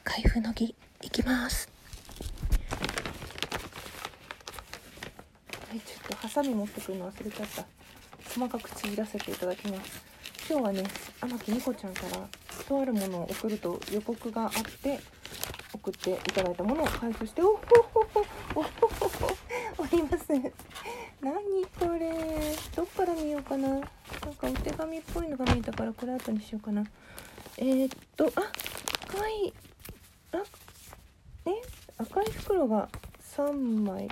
開封の儀いきます。ちょっとハサミ持ってくるの忘れちゃった。細かくちぎらせていただきます。今日はね、天木ニコちゃんからとあるものを送ると予告があって送っていただいたものを開封しております。何これ、どっから見ようかな。なんかお手紙っぽいのが見えたからこれ後にしようかな。かわいい。赤い袋が3枚。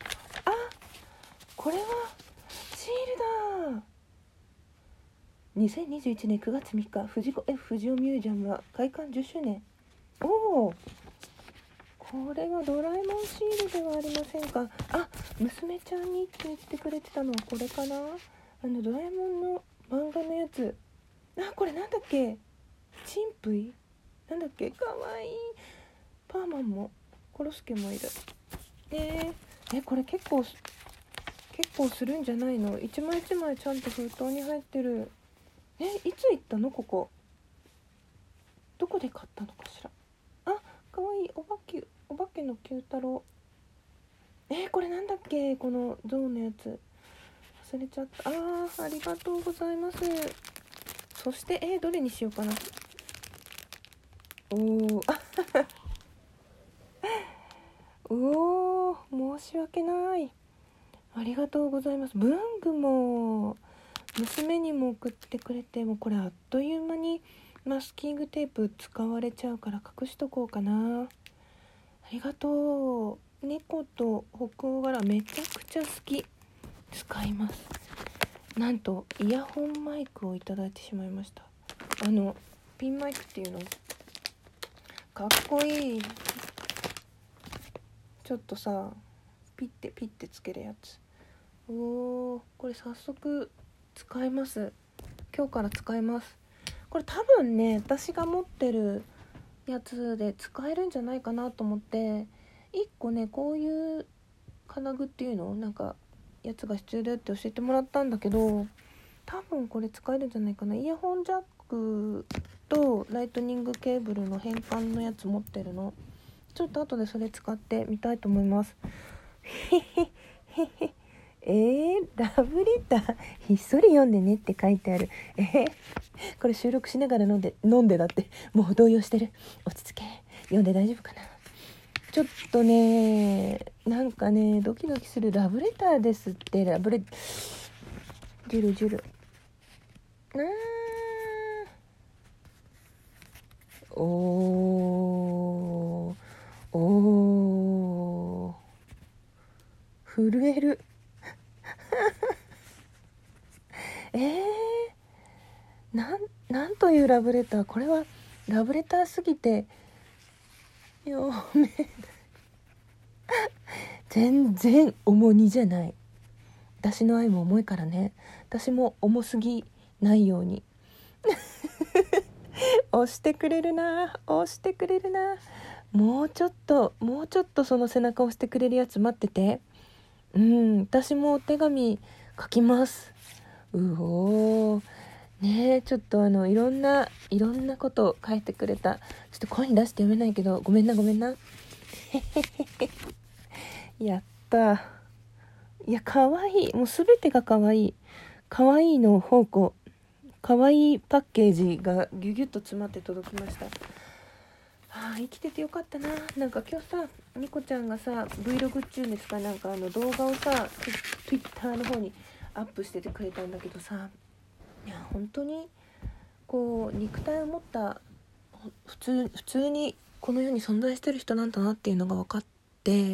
これはシールだ。2021年9月3日藤子 F 不二雄ミュージアムは開館10周年。これはドラえもんシールではありませんか。娘ちゃんにって言ってくれてたのはこれかな。ドラえもんの漫画のやつ。これなんだっけ、チンプイなんだっけ、かわいい。パーマンもコロスケもいる。これ結構するんじゃないの。一枚一枚ちゃんと封筒に入ってる。いつ行ったの、ここどこで買ったのかしら。かわいい。お化けの九太郎。これなんだっけ、このゾウのやつ忘れちゃった。ありがとうございます。そしてどれにしようかな。申し訳ない。ありがとうございます。文具も娘にも送ってくれて、もうこれあっという間にマスキングテープ使われちゃうから隠しとこうかな。ありがとう。猫と北欧柄めちゃくちゃ好き。使います。なんとイヤホンマイクをいただいてしまいました。ピンマイクっていうのかっこいい。ちょっとさピッてつけるやつ。これ早速使います。今日から使います。これ多分ね、私が持ってるやつで使えるんじゃないかなと思って1個ね、こういう金具っていうのなんかやつが必要だよって教えてもらったんだけど、多分これ使えるんじゃないかな。イヤホンジャックとライトニングケーブルの変換のやつ持ってるの。ちょっと後でそれ使ってみたいと思います。ラブレターひっそり読んでねって書いてある。これ収録しながら飲んでだって。もう動揺してる。落ち着け、読んで大丈夫かな。ちょっとね、なんかねドキドキする。ラブレターですって。ジュル震える。なんというラブレター。これはラブレターすぎて読めない。全然重荷じゃない。私の愛も重いからね。私も重すぎないように押してくれるな。もうちょっとその背中を押してくれるやつ待ってて。私もお手紙書きます。ちょっといろんなことを書いてくれた。ちょっと声に出して読めないけどごめんなやった。いや、かわいい。もうすべてがかわいい。かわいいの宝庫。かわいいパッケージがギュギュッと詰まって届きました。生きててよかったな。なんか今日さ、ニコちゃんがさ Vlog っちゅうんですか、なんか動画をさ Twitter の方にアップしててくれたんだけどさ、いや本当にこう肉体を持った普通にこの世に存在してる人なんだなっていうのが分かって、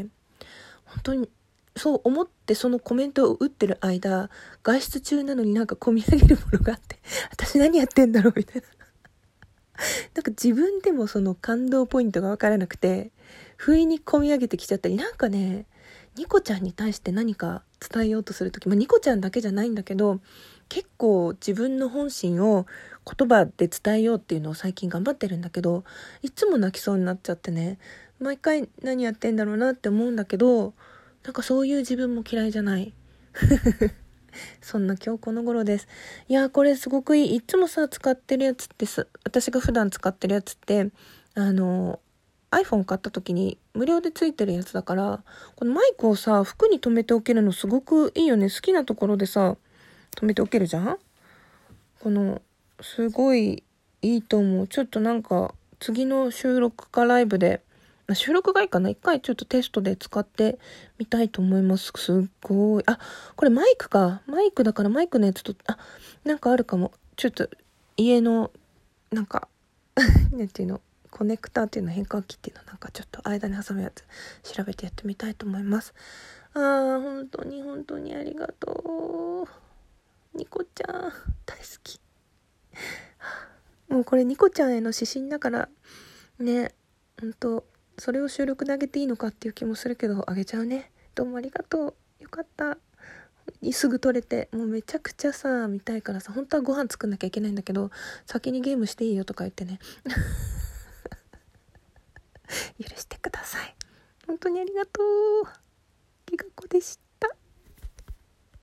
本当にそう思って、そのコメントを打ってる間、外出中なのになんか込み上げるものがあって、私何やってんだろうみたいな。なんか自分でもその感動ポイントが分からなくて、不意に込み上げてきちゃったり、なんかね、ニコちゃんに対して何か伝えようとするとき、ニコちゃんだけじゃないんだけど、結構自分の本心を言葉で伝えようっていうのを最近頑張ってるんだけど、いつも泣きそうになっちゃってね、毎回何やってんだろうなって思うんだけど、なんかそういう自分も嫌いじゃないそんな今日この頃です。いやこれすごくいい。いつもさ使ってるやつってさ、私が普段使ってるやつって iPhone 買った時に無料でついてるやつだから、このマイクをさ、服に留めておけるのすごくいいよね。好きなところでさ、留めておけるじゃん。この、すごいいいと思う。ちょっとなんか、次の収録かライブで、収録がいいかな、一回ちょっとテストで使ってみたいと思います。すっごい。あ、これマイクか。マイクだからマイクのやつと、なんかあるかも。ちょっと家の、なんか、なんていうの、コネクターっていうの、変換器っていうの、なんかちょっと間に挟むやつ、調べてやってみたいと思います。本当に本当にありがとう。ニコちゃん、大好き。もうこれニコちゃんへの指針だから、ね、本当それを収録であげていいのかっていう気もするけど、あげちゃうね。どうもありがとう。よかった。すぐ撮れて、もうめちゃくちゃさ、見たいからさ、本当はご飯作んなきゃいけないんだけど、先にゲームしていいよとか言ってね。許してください。本当にありがとう。きがこでした。